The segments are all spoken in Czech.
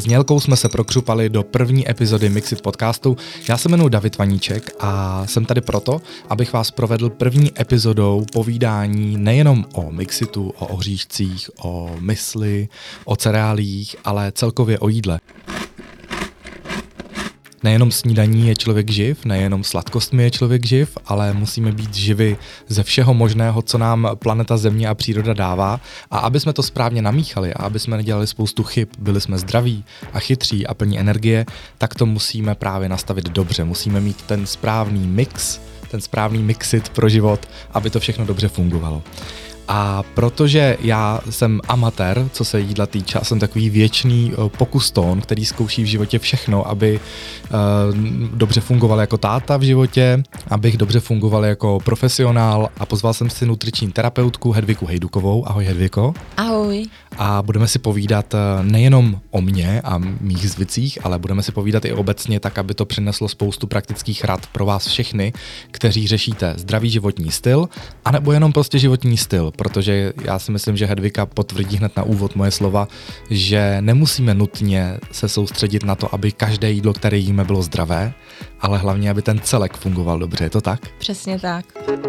znělkou jsme se prokřupali do první epizody Mixit podcastu. Já se jmenuji David Vaníček a jsem tady proto, abych vás provedl první epizodou povídání nejenom o Mixitu, o oříšcích, o mysli, o cereálích, ale celkově o jídle. Nejenom snídaní je člověk živ, nejenom sladkostmi je člověk živ, ale musíme být živi ze všeho možného, co nám planeta Země a příroda dává. A aby jsme to správně namíchali a aby jsme nedělali spoustu chyb, byli jsme zdraví a chytří a plní energie, tak to musíme právě nastavit dobře. Musíme mít ten správný mix, ten správný mixit pro život, aby to všechno dobře fungovalo. A protože já jsem amatér, co se jídla týče, jsem takový věčný pokuston, který zkouší v životě všechno, aby dobře fungoval jako táta v životě, abych dobře fungoval jako profesionál, a pozval jsem si nutriční terapeutku Hedviku Hejdukovou. Ahoj Hedviko. Ahoj. A budeme si povídat nejenom o mně a mých zvicích, ale budeme si povídat i obecně tak, aby to přineslo spoustu praktických rad pro vás všechny, kteří řešíte zdravý životní styl, anebo jenom prostě životní styl, protože já si myslím, že Hedvika potvrdí hned na úvod moje slova, že nemusíme nutně se soustředit na to, aby každé jídlo, které jíme, bylo zdravé, ale hlavně, aby ten celek fungoval dobře. Je to tak? Přesně tak.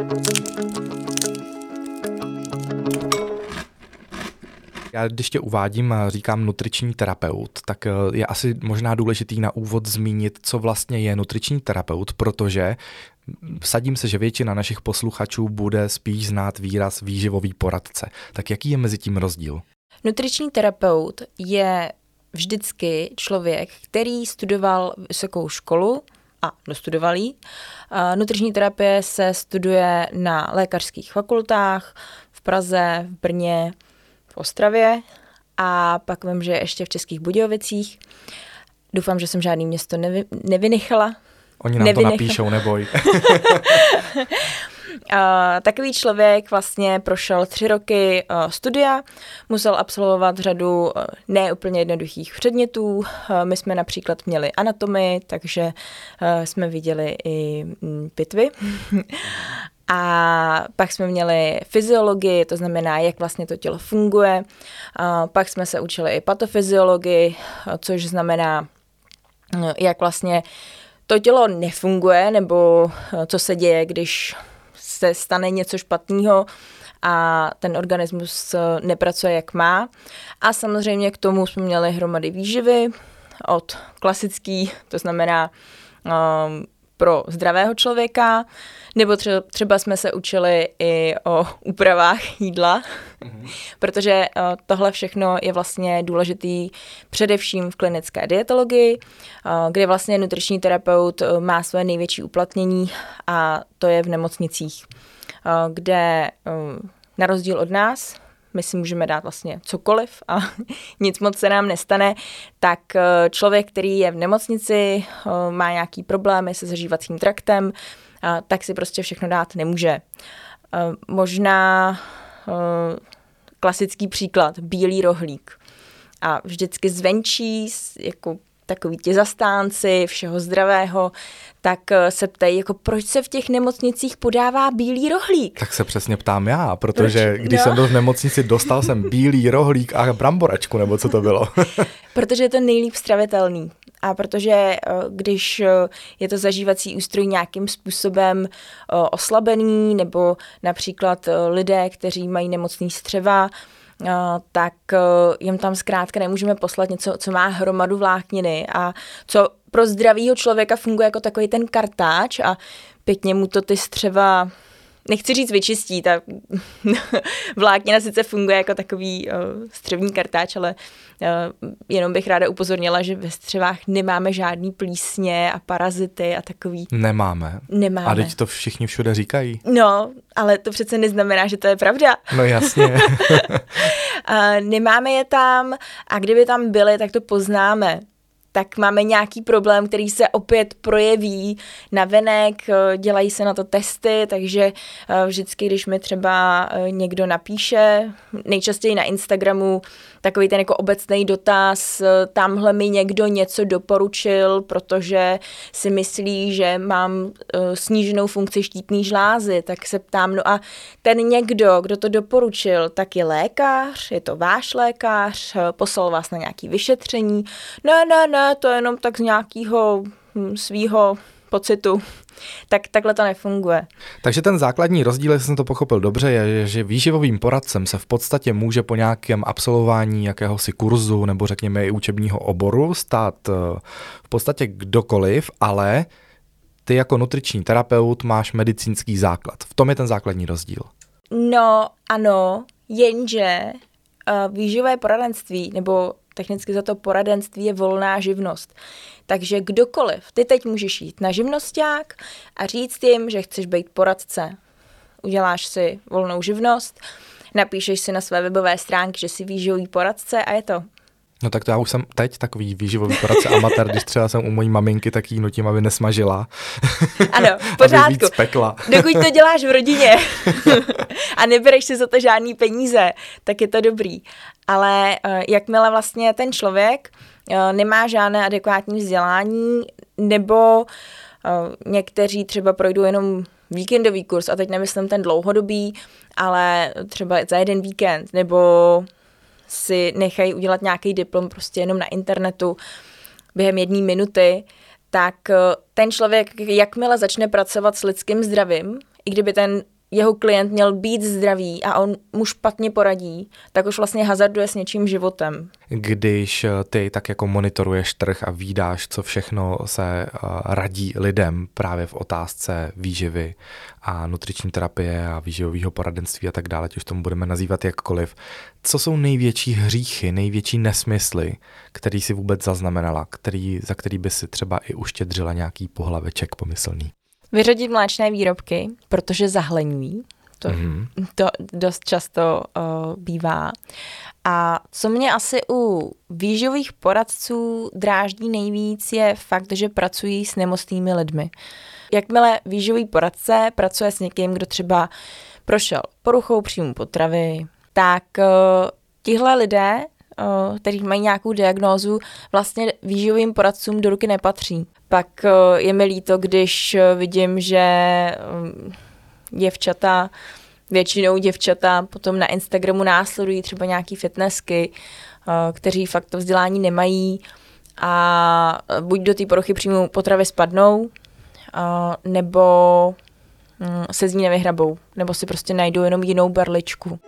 Já když tě uvádím a říkám nutriční terapeut, tak je asi možná důležitý na úvod zmínit, co vlastně je nutriční terapeut, protože vsadím se, že většina našich posluchačů bude spíš znát výraz výživový poradce. Tak jaký je mezi tím rozdíl? Nutriční terapeut je vždycky člověk, který studoval vysokou školu a dostudoval ji. Nutriční terapie se studuje na lékařských fakultách v Praze, v Brně, v Ostravě a pak vím, že ještě v Českých Budějovicích. Doufám, že jsem žádný město nevynechala. Oni nám to napíšou, neboj. Takový člověk vlastně prošel 3 roky studia, musel absolvovat řadu neúplně jednoduchých předmětů. My jsme například měli anatomii, takže jsme viděli i pitvy. A pak jsme měli fyziologii, to znamená, jak vlastně to tělo funguje. Pak jsme se učili i patofyziologii, což znamená, jak vlastně to tělo nefunguje, nebo co se děje, když se stane něco špatného a ten organismus nepracuje, jak má. A samozřejmě k tomu jsme měli hromady výživy od klasický, to znamená pro zdravého člověka, nebo třeba jsme se učili i o úpravách jídla, protože tohle všechno je vlastně důležitý především v klinické dietologii, kde vlastně nutriční terapeut má své největší uplatnění a to je v nemocnicích, kde na rozdíl od nás, my si můžeme dát vlastně cokoliv a nic moc se nám nestane, tak člověk, který je v nemocnici, má nějaký problémy se zažívacím traktem, tak si prostě všechno dát nemůže. Možná klasický příklad, bílý rohlík. A vždycky zvenčí, jako takový ti zastánci všeho zdravého, tak se ptají, jako proč se v těch nemocnicích podává bílý rohlík? Tak se přesně ptám já, protože když jsem byl v nemocnici, dostal jsem bílý rohlík a bramboračku, nebo co to bylo? Protože je to nejlíp stravitelný. A protože když je to zažívací ústroj nějakým způsobem oslabený, nebo například lidé, kteří mají nemocný střeva, tak jim tam zkrátka nemůžeme poslat něco, co má hromadu vlákniny a co pro zdravýho člověka funguje jako takový ten kartáč a pěkně mu to ty střeva, nechci říct vyčistí, ta vláknina sice funguje jako takový střevní kartáč, ale jenom bych ráda upozornila, že ve střevách nemáme žádný plísně a parazity a takový. Nemáme. A teď to všichni všude říkají. No, ale to přece neznamená, že to je pravda. No jasně. Nemáme je tam a kdyby tam byly, tak to poznáme. tak máme nějaký problém, který se opět projeví navenek, dělají se na to testy, takže vždycky, když mi třeba někdo napíše, nejčastěji na Instagramu, takový ten jako obecný dotaz, tamhle mi někdo něco doporučil, protože si myslí, že mám sníženou funkci štítné žlázy, tak se ptám, no a ten někdo, kdo to doporučil, tak je lékař, je to váš lékař, poslal vás na nějaké vyšetření, ne, to je jenom tak z nějakého svýho pocitu. Tak takhle to nefunguje. Takže ten základní rozdíl, jestli jsem to pochopil dobře, je, že výživovým poradcem se v podstatě může po nějakém absolvování jakéhosi kurzu nebo řekněme i učebního oboru stát v podstatě kdokoliv, ale ty jako nutriční terapeut máš medicínský základ. V tom je ten základní rozdíl. No ano, jenže výživové poradenství nebo technicky za to poradenství je volná živnost. Takže kdokoliv, ty teď můžeš jít na živnosťák a říct jim, že chceš být poradce. Uděláš si volnou živnost, napíšeš si na své webové stránky, že jsi výživový poradce a je to. No tak to já už jsem teď takový výživový poradce amatér, když třeba jsem u mojí maminky, tak jí nutím, aby nesmažila. Ano, v pořádku. Aby víc spekla. Dokud to děláš v rodině a nebereš si za to žádný peníze, tak je to dobrý. Ale jakmile vlastně ten člověk nemá žádné adekvátní vzdělání, nebo někteří třeba projdou jenom víkendový kurz, a teď nemyslím ten dlouhodobý, ale třeba za jeden víkend, nebo si nechají udělat nějaký diplom prostě jenom na internetu během 1 minuty, tak ten člověk, jakmile začne pracovat s lidským zdravím, i kdyby ten jeho klient měl být zdravý a on mu špatně poradí, tak už vlastně hazarduje s něčím životem. Když ty tak jako monitoruješ trh a vídáš, co všechno se radí lidem právě v otázce výživy a nutriční terapie a výživového poradenství a tak dále, ať už tomu budeme nazývat jakkoliv, co jsou největší hříchy, největší nesmysly, který si vůbec zaznamenala, za který by si třeba i uštědřila nějaký pohlaveček pomyslný? Vyřadit mléčné výrobky, protože zahleňují. To dost často bývá. A co mě asi u výživových poradců dráždí nejvíc, je fakt, že pracují s nemocnými lidmi. Jakmile výživový poradce pracuje s někým, kdo třeba prošel poruchou příjmu potravy, tak tihle lidé, kteří mají nějakou diagnózu, vlastně výživovým poradcům do ruky nepatří. Pak je mi líto, když vidím, že většinou děvčata potom na Instagramu následují třeba nějaký fitnessky, kteří fakt to vzdělání nemají a buď do té poruchy příjmu potravy spadnou, nebo se z ní nevyhrabou, nebo si prostě najdou jenom jinou berličku.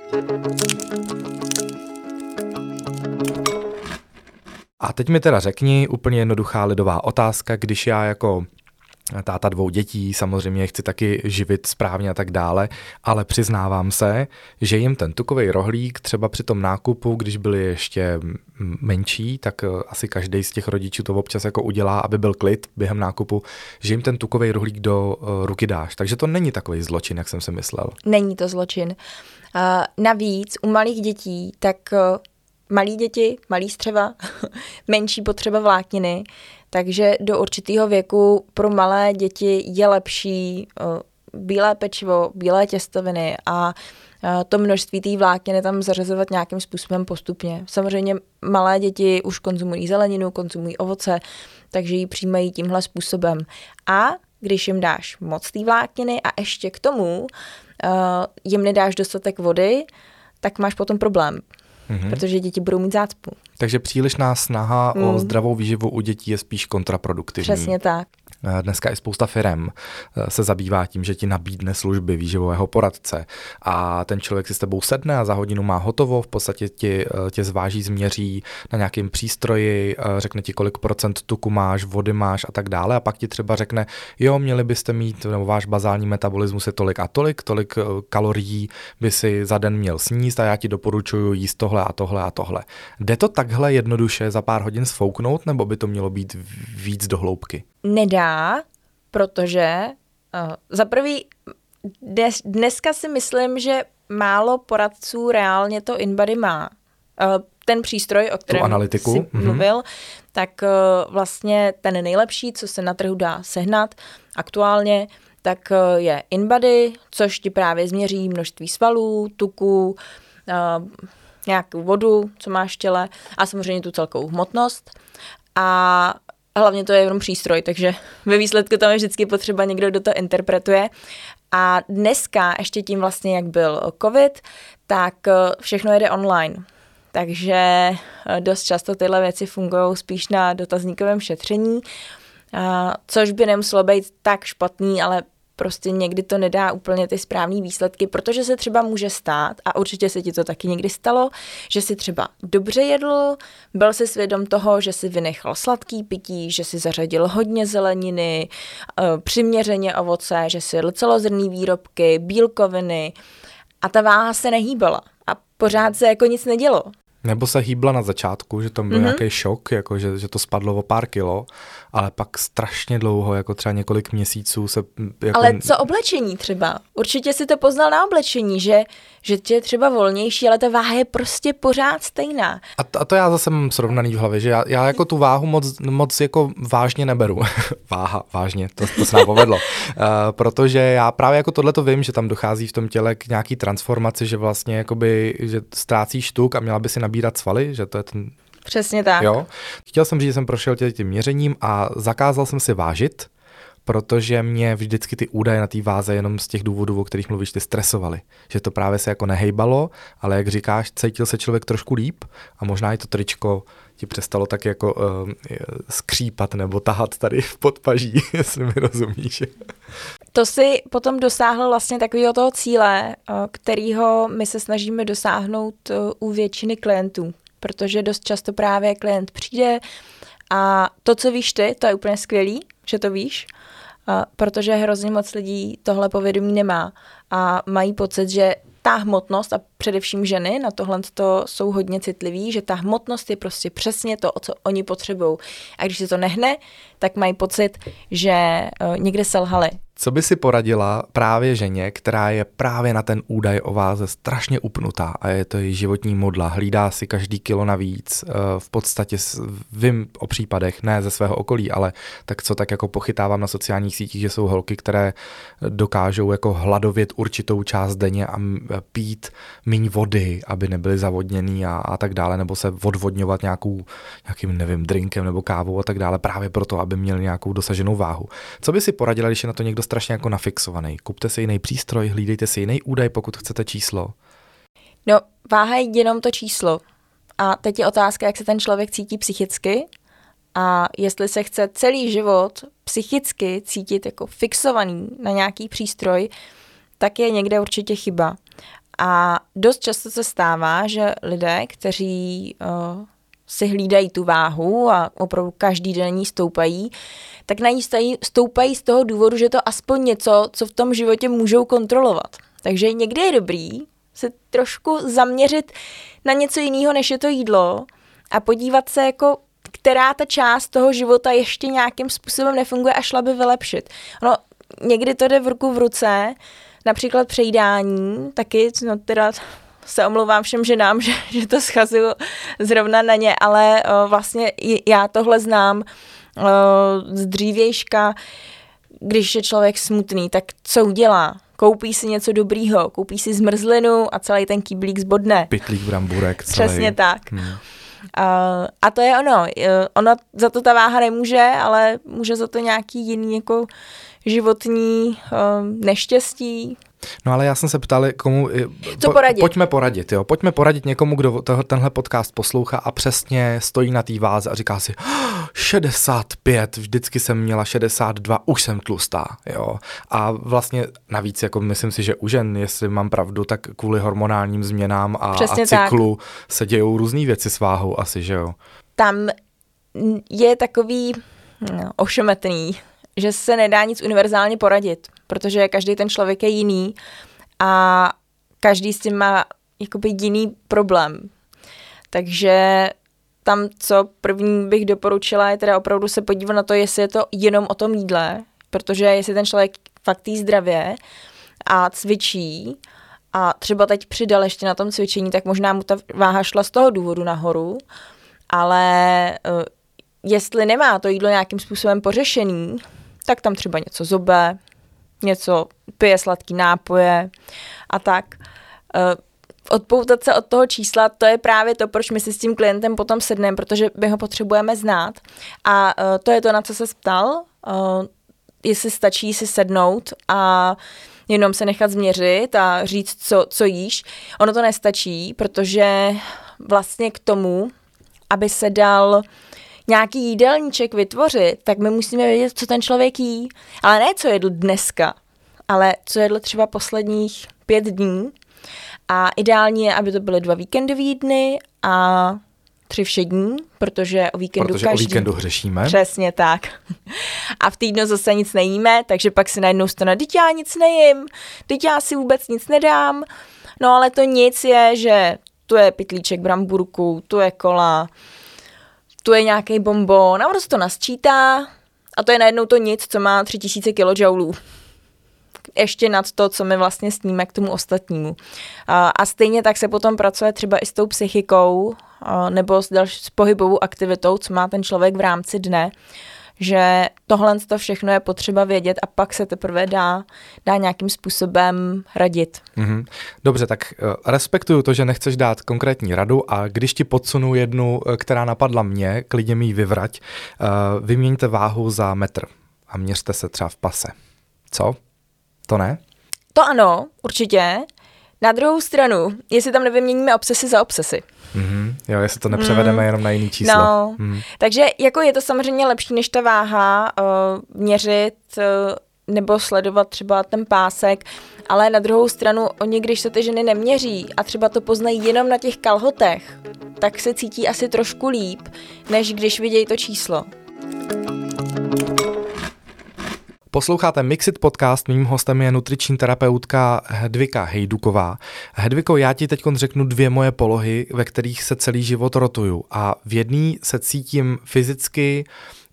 A teď mi teda řekni úplně jednoduchá lidová otázka, když já jako táta 2 dětí, samozřejmě chci taky živit správně a tak dále, ale přiznávám se, že jim ten tukový rohlík třeba při tom nákupu, když byli ještě menší, tak asi každý z těch rodičů to občas jako udělá, aby byl klid během nákupu, že jim ten tukový rohlík do ruky dáš. Takže to není takový zločin, jak jsem si myslel. Není to zločin. Navíc u malých dětí, tak malí děti, malý střeva, menší potřeba vlákniny, takže do určitého věku pro malé děti je lepší bílé pečivo, bílé těstoviny a to množství té vlákniny tam zařazovat nějakým způsobem postupně. Samozřejmě malé děti už konzumují zeleninu, konzumují ovoce, takže ji přijímají tímhle způsobem. A když jim dáš moc té vlákniny a ještě k tomu jim nedáš dostatek vody, tak máš potom problém. Protože děti budou mít zácpu. Takže přílišná snaha o zdravou výživu u dětí je spíš kontraproduktivní. Přesně tak. Dneska i spousta firem se zabývá tím, že ti nabídne služby výživového poradce a ten člověk si s tebou sedne a za hodinu má hotovo, v podstatě tě zváží, změří na nějakém přístroji, řekne ti, kolik procent tuku máš, vody máš a tak dále a pak ti třeba řekne, jo, měli byste mít, nebo váš bazální metabolismus je tolik a tolik kalorií by si za den měl sníst a já ti doporučuji jíst tohle a tohle a tohle. Jde to takhle jednoduše za pár hodin sfouknout, nebo by to mělo být víc do hloubky? Nedá, protože za prvý dneska si myslím, že málo poradců reálně to InBody má. Ten přístroj, o kterém jsi mluvil, tak vlastně ten nejlepší, co se na trhu dá sehnat aktuálně, tak je InBody, což ti právě změří množství svalů, tuků, nějakou vodu, co máš v těle a samozřejmě tu celkovou hmotnost. A hlavně to je jenom přístroj, takže ve výsledku tam je vždycky potřeba někdo, kdo to interpretuje. A dneska, ještě tím vlastně, jak byl covid, tak všechno jede online. Takže dost často tyhle věci fungují spíš na dotazníkovém šetření, což by nemuselo být tak špatný, ale prostě někdy to nedá úplně ty správné výsledky, protože se třeba může stát, a určitě se ti to taky někdy stalo, že si třeba dobře jedl, byl si svědom toho, že si vynechal sladký pití, že si zařadil hodně zeleniny, přiměřeně ovoce, že si jedl celozrnný výrobky, bílkoviny a ta váha se nehýbala a pořád se jako nic nedělo. Nebo se hýbla na začátku, že tam byl nějaký šok, jako že to spadlo o pár kilo, ale pak strašně dlouho, jako třeba několik měsíců se... Jako... Ale co oblečení třeba? Určitě si to poznal na oblečení, že tě je třeba volnější, ale ta váha je prostě pořád stejná. A to já zase mám srovnaný v hlavě, že já jako tu váhu moc jako vážně neberu. Váha, vážně, to se nám povedlo. Protože já právě jako tohleto vím, že tam dochází v tom těle k nějaký transformaci, že vlastně jakoby, že ztrácíš tuk a měla by si nabírat svaly, že to je ten... Přesně tak. Jo. Chtěl jsem říct, že jsem prošel tím měřením a zakázal jsem si vážit, protože mě vždycky ty údaje na té váze jenom z těch důvodů, o kterých mluvíš, ty stresovaly. Že to právě se jako nehejbalo, ale jak říkáš, cítil se člověk trošku líp a možná i to tričko ti přestalo tak jako skřípat nebo tahat tady v podpaží, jestli mi rozumíš. To si potom dosáhl vlastně takového toho cíle, kterýho my se snažíme dosáhnout u většiny klientů, protože dost často právě klient přijde a to, co víš ty, to je úplně skvělý, že to víš, protože hrozně moc lidí tohle povědomí nemá a mají pocit, že ta hmotnost, a především ženy na tohle to jsou hodně citliví, že ta hmotnost je prostě přesně to, co oni potřebují. A když se to nehne, tak mají pocit, že někde selhali. Co by si poradila právě ženě, která je právě na ten údaj o váze strašně upnutá a je to její životní modla, hlídá si každý kilo navíc, v podstatě vím o případech, ne ze svého okolí, ale tak co tak jako pochytávám na sociálních sítích, že jsou holky, které dokážou jako hladovět určitou část denně a pít míň vody, aby nebyly zavodněný a tak dále, nebo se odvodňovat nějakým, nevím, drinkem nebo kávou a tak dále, právě proto, aby měli nějakou dosaženou váhu. Co by si poradila, když je na to někdo strašně jako nafixovaný? Kupte si jiný přístroj, hlídejte si jiný údaj, pokud chcete číslo. No, váha je jenom to číslo. A teď je otázka, jak se ten člověk cítí psychicky a jestli se chce celý život psychicky cítit jako fixovaný na nějaký přístroj, tak je někde určitě chyba. A dost často se stává, že lidé, kteří si hlídají tu váhu a opravdu každý den ní stoupají, tak na ní stoupají z toho důvodu, že to aspoň něco, co v tom životě můžou kontrolovat. Takže někdy je dobrý se trošku zaměřit na něco jiného, než je to jídlo a podívat se, jako, která ta část toho života ještě nějakým způsobem nefunguje a šla by vylepšit. No, někdy to jde v ruku v ruce, například přejídání, taky, no teda se omlouvám všem ženám, že to schazuju zrovna na ně, ale vlastně já tohle znám z dřívějška, když je člověk smutný, tak co udělá? Koupí si něco dobrýho, koupí si zmrzlinu a celý ten kýblík zbodne. Pytlík bramburek celý. Přesně tak. A to je ono. Ona za to ta váha nemůže, ale může za to nějaký jiný jako životní neštěstí. No ale já jsem se ptal, komu... Co poradit? Pojďme poradit, jo. Pojďme poradit někomu, kdo tenhle podcast poslouchá a přesně stojí na té váze a říká si 65, vždycky jsem měla 62, už jsem tlustá, jo. A vlastně navíc, jako myslím si, že u žen, jestli mám pravdu, tak kvůli hormonálním změnám a cyklu se dějou různý věci s váhou asi, že jo. Tam je takový ošemetný, že se nedá nic univerzálně poradit, protože každý ten člověk je jiný a každý s tím má jakoby jiný problém. Takže tam, co první bych doporučila, je teda opravdu se podívat na to, jestli je to jenom o tom jídle, protože jestli ten člověk fakt jí zdravě a cvičí a třeba teď přidal ještě na tom cvičení, tak možná mu ta váha šla z toho důvodu nahoru, ale jestli nemá to jídlo nějakým způsobem pořešený, tak tam třeba něco zobe, něco pije sladký nápoje a tak. Odpoutat se od toho čísla, to je právě to, proč my si s tím klientem potom sedneme, protože my ho potřebujeme znát. A to je to, na co se ptal, jestli stačí si sednout a jenom se nechat změřit a říct, co jíš. Ono to nestačí, protože vlastně k tomu, aby se dal nějaký jídelníček vytvořit, tak my musíme vědět, co ten člověk jí. Ale ne, co jedl dneska, ale co jedl třeba posledních 5 dní. A ideální je, aby to byly 2 víkendové dny a 3 všední, protože o víkendu hřešíme. Přesně tak. A v týdnu zase nic nejíme, takže pak si najednou stane, teď já nic nejím, teď já si vůbec nic nedám. No ale to nic je, že tu je pytlíček bramburku, tu je kola, tu je nějaký bonbon a ono se to nasčítá a to je najednou to nic, co má 3000 kJ. Ještě nad to, co my vlastně sníme k tomu ostatnímu. A stejně tak se potom pracuje třeba i s tou psychikou nebo s pohybovou aktivitou, co má ten člověk v rámci dne, že tohle to všechno je potřeba vědět a pak se teprve dá nějakým způsobem radit. Mm-hmm. Dobře, tak respektuju to, že nechceš dát konkrétní radu a když ti podsunu jednu, která napadla mě, klidně mi ji vyvrať, vyměňte váhu za metr a měřte se třeba v pase. Co? To ne? To ano, určitě. Na druhou stranu, jestli tam nevyměníme obsesy za obsesy. Mm-hmm. Jo, jestli to nepřevedeme jenom na jiný číslo. No, takže jako je to samozřejmě lepší, než ta váha měřit nebo sledovat třeba ten pásek, ale na druhou stranu, oni, když se ty ženy neměří a třeba to poznají jenom na těch kalhotech, tak se cítí asi trošku líp, než když vidějí to číslo. Posloucháte Mixit podcast, mým hostem je nutriční terapeutka Hedvika Hejduková. Hedviko, já ti teď řeknu 2 moje polohy, ve kterých se celý život rotuju a v jedné se cítím fyzicky,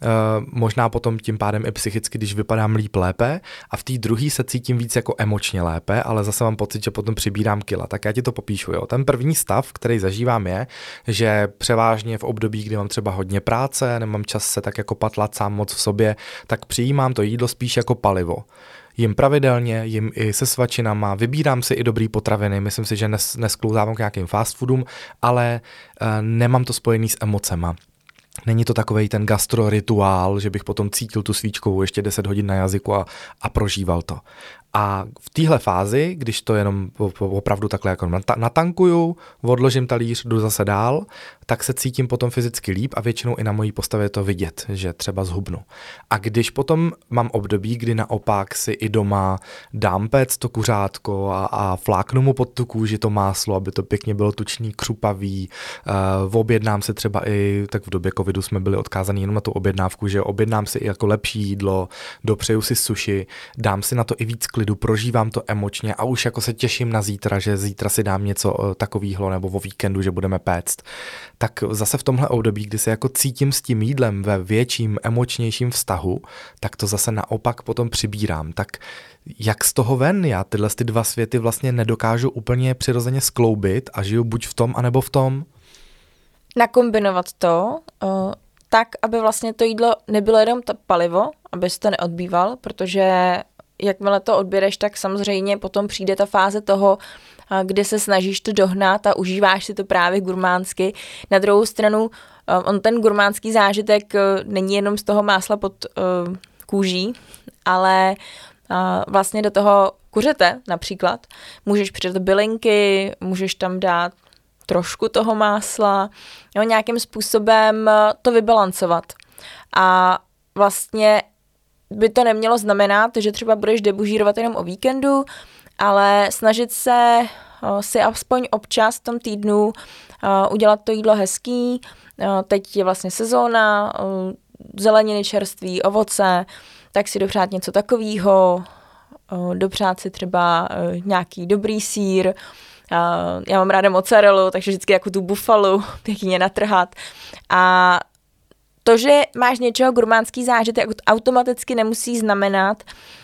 možná potom tím pádem i psychicky, když vypadám líp lépe a v té druhé se cítím víc jako emočně lépe, ale zase mám pocit, že potom přibírám kila. Tak já ti to popíšu. Jo. Ten první stav, který zažívám je, že převážně v období, kdy mám třeba hodně práce, nemám čas se tak jako patlat sám moc v sobě, tak přijímám to jídlo spíš jako palivo. Jím pravidelně, jím i se svačinama, vybírám si i dobrý potraviny, myslím si, že nesklouzávám k nějakým fast foodům, ale nemám to spojený s emocema. Není to takovej ten gastrorituál, že bych potom cítil tu svíčkovou ještě 10 hodin na jazyku a prožíval to. A v téhle fázi, když to jenom opravdu takhle jako natankuju, odložím talíř, jdu zase dál, tak se cítím potom fyzicky líp a většinou i na mojí postavě je to vidět, že třeba zhubnu. A když potom mám období, kdy naopak si i doma dám péct to kuřátko a fláknu mu pod tu kůži to máslo, aby to pěkně bylo tučný, křupavý, objednám si třeba i, tak v době covidu jsme byli odkázaní jenom na tu objednávku, že objednám si i jako lepší jídlo, dopřeju si sushi, dám si na to i víc klidu, prožívám to emočně a už jako se těším na zítra, že zítra si dám něco takového nebo o víkendu, že budeme péct. Tak zase v tomhle období, kdy se jako cítím s tím jídlem ve větším emočnějším vztahu, tak to zase naopak potom přibírám. Tak jak z toho ven? Já tyhle 2 světy vlastně nedokážu úplně přirozeně skloubit a žiju buď v tom, anebo v tom. Nakombinovat to tak, aby vlastně to jídlo nebylo jenom to palivo, abys to neodbýval, protože jakmile to odběreš, tak samozřejmě potom přijde ta fáze toho, kde se snažíš to dohnat a užíváš si to právě gurmánsky. Na druhou stranu, ten gurmánský zážitek není jenom z toho másla pod kůží, ale vlastně do toho kuřete například. Můžeš přidat bylinky, můžeš tam dát trošku toho másla, jo, nějakým způsobem to vybalancovat. A vlastně by to nemělo znamenat, že třeba budeš debužírovat jenom o víkendu, ale snažit se si aspoň občas v tom týdnu udělat to jídlo hezký. Teď je vlastně sezóna, zeleniny, čerství, ovoce, tak si dopřát něco takového, dopřát si třeba nějaký dobrý sýr. Já mám ráda mozzarellu, takže vždycky jako tu bufalu pěkně natrhat. A to, že máš něčeho gurmánský zážitek, automaticky nemusí znamenat,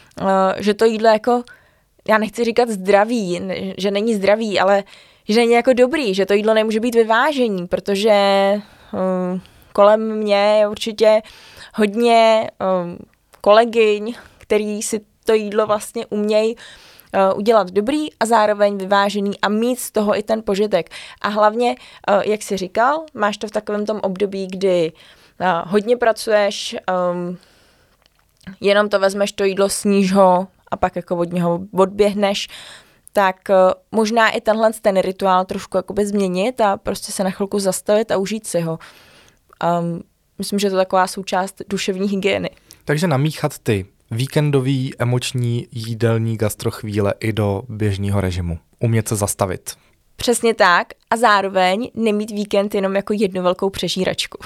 že to jídlo jako, já nechci říkat zdravý, že není zdravý, ale že není jako dobrý, že to jídlo nemůže být vyvážení, protože kolem mě je určitě hodně kolegyň, který si to jídlo vlastně umějí udělat dobrý a zároveň vyvážený a mít z toho i ten požitek. A hlavně, jak jsi říkal, máš to v takovém tom období, kdy hodně pracuješ, jenom to vezmeš to jídlo, sníš ho a pak jako od něho odběhneš, tak možná i ten rituál trošku jakoby změnit a prostě se na chvilku zastavit a užít si ho. Myslím, že to je taková součást duševní hygieny. Takže namíchat ty víkendový, emoční, jídelní gastrochvíle i do běžného režimu. Umět se zastavit. Přesně tak a zároveň nemít víkend jenom jako jednu velkou přežíračku.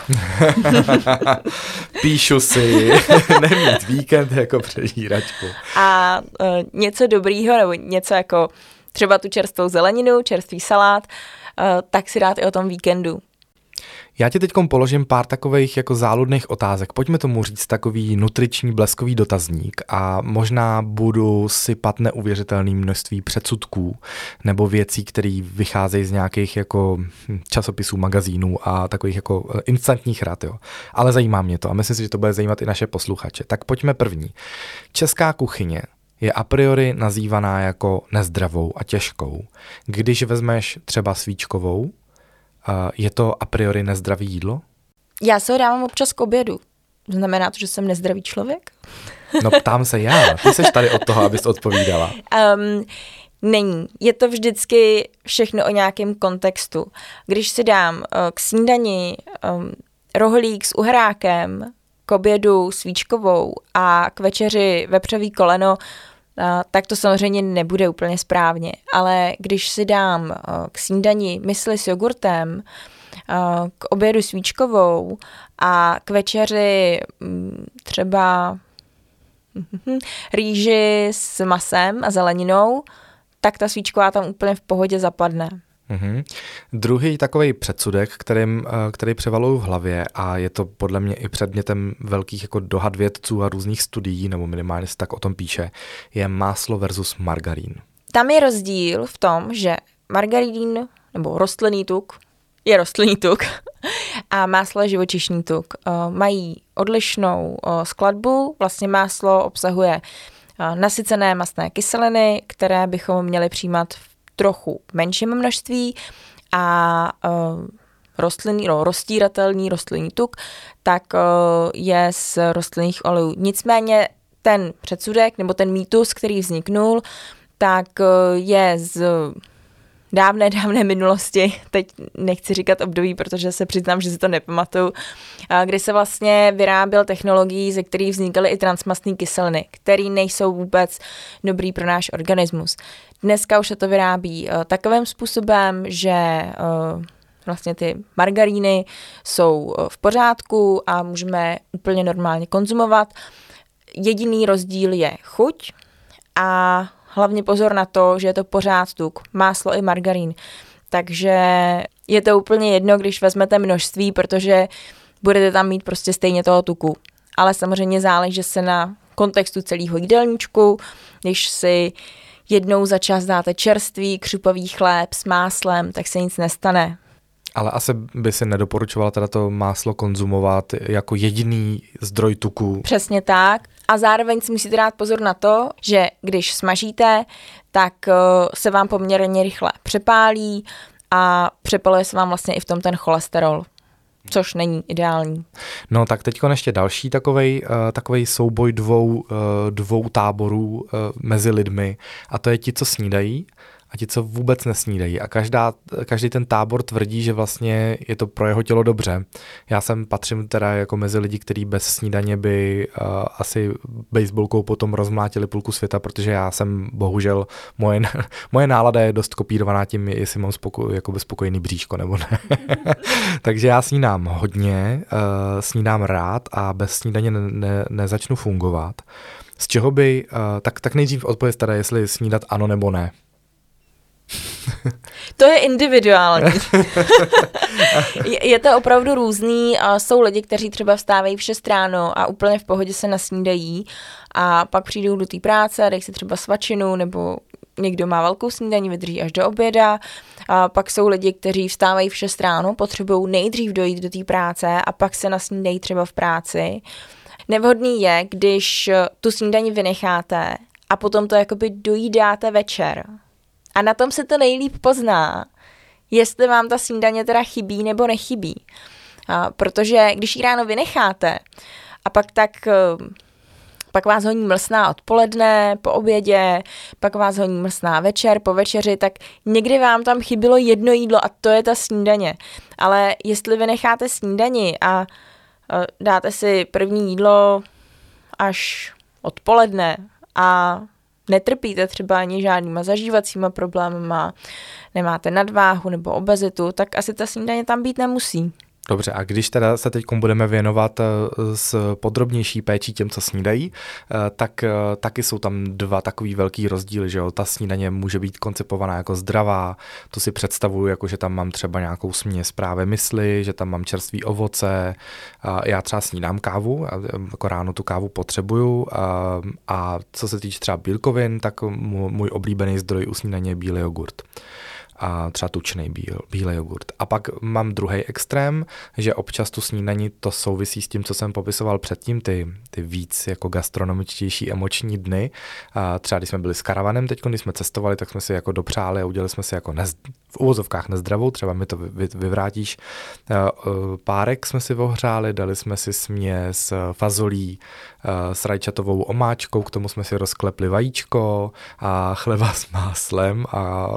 Píšu si, nemít víkend jako přežíračku. A něco dobrýho, nebo něco jako třeba tu čerstvou zeleninu, čerstvý salát, tak si dát i o tom víkendu. Já ti teď položím pár takových jako záludných otázek. Pojďme tomu říct takový nutriční bleskový dotazník a možná budu sypat neuvěřitelné množství předsudků nebo věcí, které vycházejí z nějakých jako časopisů, magazínů a takových jako instantních rad. Jo. Ale zajímá mě to a myslím si, že to bude zajímat i naše posluchače. Tak pojďme první. Česká kuchyně je a priori nazývaná jako nezdravou a těžkou. Když vezmeš třeba svíčkovou, je to a priori nezdravý jídlo? Já se ho dávám občas k obědu. Znamená to, že jsem nezdravý člověk? No ptám se já. Ty seš tady od toho, abys odpovídala. Není. Je to vždycky všechno o nějakém kontextu. Když si dám k snídani rohlík s uhrákem, k obědu svíčkovou a k večeři vepřový koleno, tak to samozřejmě nebude úplně správně. Ale když si dám k snídani mysli s jogurtem, k obědu svíčkovou a k večeři třeba rýži s masem a zeleninou, tak ta svíčková tam úplně v pohodě zapadne. Mm-hmm. Druhý takový předsudek, který převaluju v hlavě a je to podle mě i předmětem velkých jako dohad vědců a různých studií, nebo minimálně se tak o tom píše, je máslo versus margarín. Tam je rozdíl v tom, že margarín nebo rostlinný tuk je rostlinný tuk a máslo je živočišný tuk. Mají odlišnou skladbu, vlastně máslo obsahuje nasycené mastné kyseliny, které bychom měli přijímat v trochu menším množství a rozstíratelný rostlinný tuk, tak je z rostlinných olejů. Nicméně ten předsudek nebo ten mýtus, který vzniknul, tak je z dávné minulosti, teď nechci říkat období, protože se přiznám, že si to nepamatuju, kdy se vlastně vyráběl technologií, ze kterých vznikaly i transmastné kyseliny, které nejsou vůbec dobrý pro náš organismus. Dneska už se to vyrábí takovým způsobem, že vlastně ty margaríny jsou v pořádku a můžeme úplně normálně konzumovat. Jediný rozdíl je chuť a hlavně pozor na to, že je to pořád tuk, máslo i margarín. Takže je to úplně jedno, když vezmete množství, protože budete tam mít prostě stejně toho tuku. Ale samozřejmě záleží se na kontextu celého jídelníčku. Když si jednou za čas dáte čerstvý křupový chléb s máslem, tak se nic nestane. Ale asi by si nedoporučovala teda to máslo konzumovat jako jediný zdroj tuku. Přesně tak. A zároveň si musíte dát pozor na to, že když smažíte, tak se vám poměrně rychle přepálí a přepaluje se vám vlastně i v tom ten cholesterol, což není ideální. No tak teď ještě další takovej souboj dvou táborů mezi lidmi a to je ti, co snídají a ti, co vůbec nesnídají. A každý ten tábor tvrdí, že vlastně je to pro jeho tělo dobře. Já patřím teda jako mezi lidi, kteří bez snídaně by asi baseballkou potom rozmlátili půlku světa, protože já jsem bohužel, moje nálada je dost kopírovaná tím, jestli mám spokojený bříško nebo ne. Takže já snídám hodně, snídám rád a bez snídaně nezačnu fungovat. Z čeho by, tak nejdřív odpověď teda, jestli snídat ano nebo ne. To je individuální. Je to opravdu různý. Jsou lidi, kteří třeba vstávají v 6 ráno a úplně v pohodě se nasnídají a pak přijdou do té práce, dají si třeba svačinu nebo někdo má velkou snídaní, vydrží až do oběda, a pak jsou lidi, kteří vstávají v 6 ráno, potřebují nejdřív dojít do té práce a pak se nasnídají třeba v práci. Nevhodný je, když tu snídani vynecháte a potom to jakoby dojídáte večer. A na tom se to nejlíp pozná, jestli vám ta snídaně teda chybí nebo nechybí. Protože když ji ráno vynecháte a pak vás honí mlsná odpoledne, po obědě, pak vás honí mlsná večer, po večeři, tak někdy vám tam chybilo jedno jídlo a to je ta snídaně. Ale jestli vynecháte snídani a dáte si první jídlo až odpoledne a netrpíte třeba ani žádnýma zažívacíma problémama, nemáte nadváhu nebo obezitu, tak asi ta snídaně tam být nemusí. Dobře, a když teda se teď budeme věnovat s podrobnější péčí těm, co snídají, tak taky jsou tam dva takový velký rozdíly, že jo? Ta snídaně může být koncipovaná jako zdravá, to si představuju, jako že tam mám třeba nějakou směs právě mysli, že tam mám čerstvý ovoce, já třeba snídám kávu, jako ráno tu kávu potřebuju a co se týče třeba bílkovin, tak můj oblíbený zdroj u snídaně je bílý jogurt. A třeba tučný bílý jogurt. A pak mám druhý extrém, že občas tu snídaní to souvisí s tím, co jsem popisoval předtím, ty víc jako gastronomičtější emoční dny. A třeba když jsme byli s karavanem teď, když jsme cestovali, tak jsme si jako dopřáli a udělali jsme si jako v uvozovkách nezdravou, třeba mi to vyvrátíš. Párek jsme si ohřáli, dali jsme si směs fazolí s rajčatovou omáčkou, k tomu jsme si rozklepli vajíčko a chleba s máslem a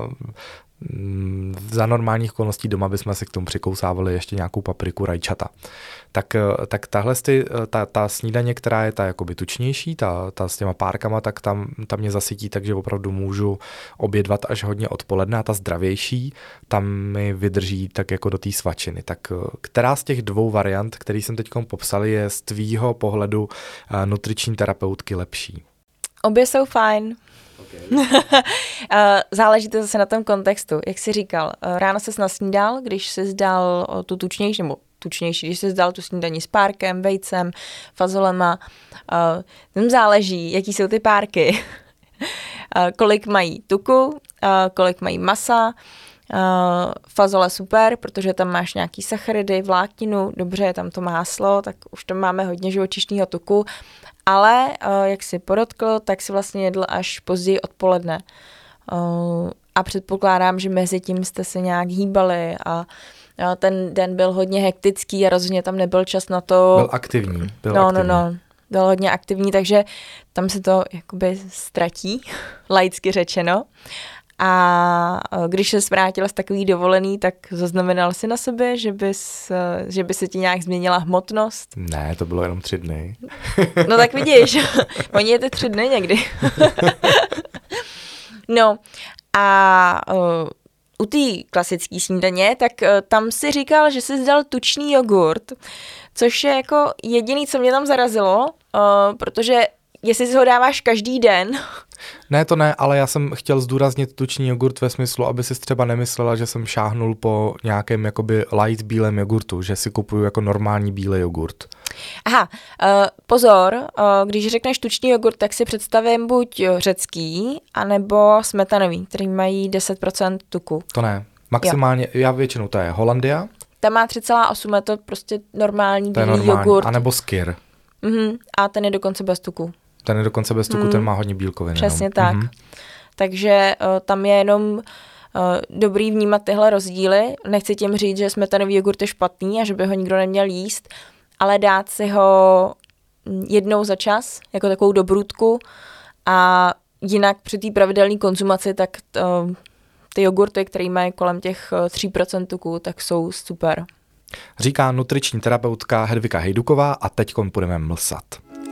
za normálních okolností doma bychom si k tomu přikousávali ještě nějakou papriku rajčata. Tak ta snídaně, která je ta jakoby tučnější, ta s těma párkama, tak tam mě zasytí, takže opravdu můžu obědvat až hodně odpoledne a ta zdravější, tam mi vydrží tak jako do té svačiny. Tak která z těch dvou variant, který jsem teď popsal, je z tvýho pohledu nutriční terapeutky lepší? Obě jsou fajn. Záleží to zase na tom kontextu. Jak jsi říkal, ráno ses nasnídal, když jsi dal tu tučnější, když jsi dal tu snídaní s párkem, vejcem, fazolema. Tam záleží, jaký jsou ty párky. Kolik mají tuku, kolik mají masa. Fazole super, protože tam máš nějaký sacharidy, vlákninu, dobře, je tam to máslo, tak už tam máme hodně živočišného tuku, ale jak si podotkl, tak si vlastně jedl až později odpoledne. A předpokládám, že mezi tím jste se nějak hýbali a ten den byl hodně hektický a rozhodně tam nebyl čas na to. Byl aktivní. Byl hodně aktivní, takže tam se to jakoby ztratí, laicky řečeno. A když se vrátil z takový dovolený, tak zaznamenal si na sebe, že by se ti nějak změnila hmotnost? Ne, to bylo jenom 3 dny. No tak vidíš, oni je ty 3 dny někdy. No a u té klasické snídaně, tak tam si říkal, že jsi dal tučný jogurt, což je jako jediný, co mě tam zarazilo, protože jestli si ho dáváš každý den. Ne, to ne, ale já jsem chtěl zdůraznit tučný jogurt ve smyslu, aby si třeba nemyslela, že jsem šáhnul po nějakém jakoby light bílém jogurtu, že si kupuju jako normální bílý jogurt. Aha, pozor, když řekneš tučný jogurt, tak si představím buď řecký, anebo smetanový, který mají 10% tuku. To ne, maximálně, já většinou to je Hollandia. Ta má 3,8, je to prostě normální bílý jogurt. A nebo Skyr. A ten je dokonce bez tuku. Ten je dokonce bez tuku, ten má hodně bílkovin. Přesně tak. Takže tam je jenom dobrý vnímat tyhle rozdíly. Nechci tím říct, že smetanový jogurt je špatný a že by ho nikdo neměl jíst, ale dát si ho jednou za čas, jako takovou dobrůdku a jinak při té pravidelné konzumaci, tak ty jogurty, které mají kolem těch 3% tuku, tak jsou super. Říká nutriční terapeutka Hedvika Hejduková a teďkon budeme mlsat.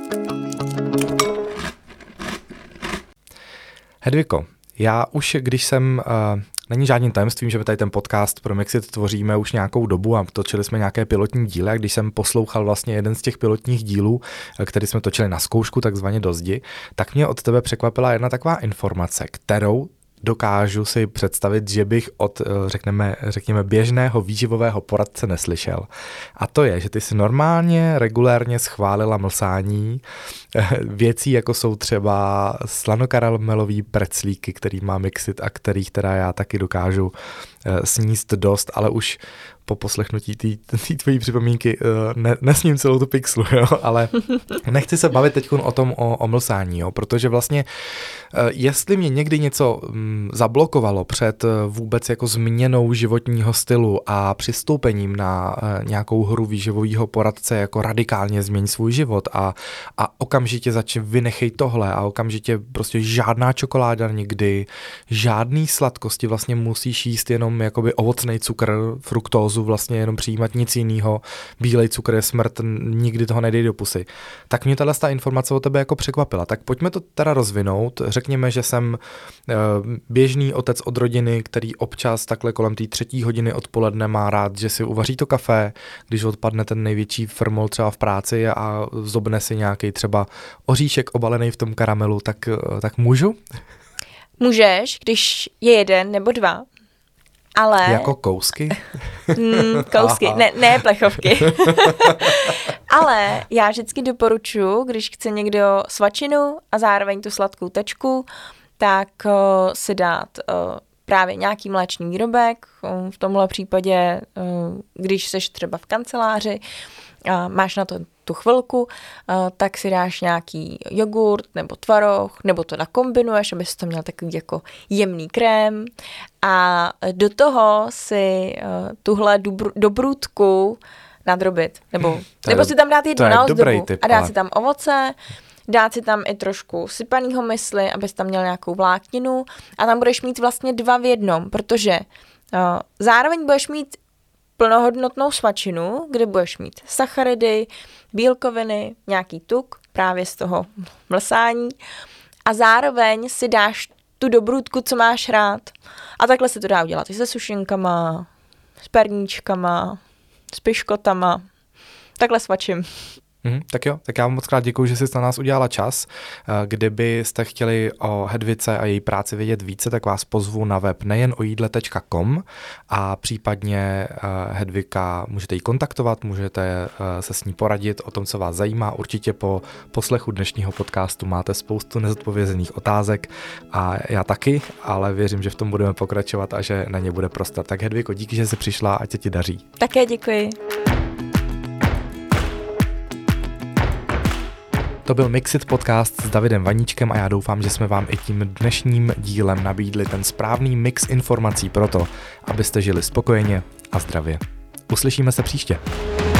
Hedviko, já už když jsem, není žádným tajemstvím, že my tady ten podcast pro Mixit tvoříme už nějakou dobu a točili jsme nějaké pilotní díly a když jsem poslouchal vlastně jeden z těch pilotních dílů, který jsme točili na zkoušku, takzvaně do zdi, tak mě od tebe překvapila jedna taková informace, kterou dokážu si představit, že bych od, řekněme, běžného výživového poradce neslyšel. A to je, že ty si normálně, regulérně schválila mlsání věcí, jako jsou třeba slanokaramelový preclíky, který má Mixit a kterých teda já taky dokážu sníst dost, ale už po poslechnutí té tvojí připomínky nesním celou tu pixlu, jo? Ale nechci se bavit teď o tom o mlsání, jo? Protože vlastně jestli mě někdy něco zablokovalo před vůbec jako změnou životního stylu a přistoupením na nějakou hru výživového poradce, jako radikálně změň svůj život a okamžitě vynechej tohle a okamžitě prostě žádná čokoláda nikdy, žádný sladkosti, vlastně musíš jíst jenom jakoby ovocnej cukr, fruktózu, vlastně jenom přijímat nic jiného, bílej cukr je smrt, nikdy toho nedej do pusy. Tak mě ta informace o tebe jako překvapila. Tak pojďme to teda rozvinout. Řekněme, že jsem běžný otec od rodiny, který občas takhle kolem té 3. hodiny odpoledne má rád, že si uvaří to kafe, když odpadne ten největší frmol třeba v práci a zobne si nějaký třeba oříšek obalený v tom karamelu, tak můžu? Můžeš, když je 1 nebo 2. Ale... Jako kousky? Kousky, ne plechovky. Ale já vždycky doporučuji, když chce někdo svačinu a zároveň tu sladkou tečku, tak si dát právě nějaký mléčný výrobek. V tomhle případě, když seš třeba v kanceláři, máš na to tu chvilku, tak si dáš nějaký jogurt nebo tvaroh, nebo to nakombinuješ, abys to měl takový jako jemný krém a do toho si tuhle dobrůdku nadrobit, nebo si tam dát jedno na ozdobu a dát si tam ovoce, dát si tam i trošku sypanýho mysli, abys tam měl nějakou vlákninu a tam budeš mít vlastně 2 v jednom, protože zároveň budeš mít plnohodnotnou svačinu, kde budeš mít sacharidy, bílkoviny, nějaký tuk, právě z toho mlsání a zároveň si dáš tu dobrůdku, co máš rád. A takhle se to dá udělat i se sušinkama, s perníčkama, s piškotama. Takhle svačím. Tak jo, tak já vám moc krát děkuju, že jsi na nás udělala čas. Kdybyste chtěli o Hedvice a její práci vědět více, tak vás pozvu na web nejenojídle.com a případně Hedvika můžete ji kontaktovat, můžete se s ní poradit o tom, co vás zajímá. Určitě po poslechu dnešního podcastu máte spoustu nezodpovězených otázek a já taky, ale věřím, že v tom budeme pokračovat a že na ně bude prostor. Tak Hedviko, díky, že jsi přišla, ať se ti daří. Také děkuji. To byl Mixit podcast s Davidem Vaníčkem a já doufám, že jsme vám i tím dnešním dílem nabídli ten správný mix informací pro to, abyste žili spokojeně a zdravě. Uslyšíme se příště.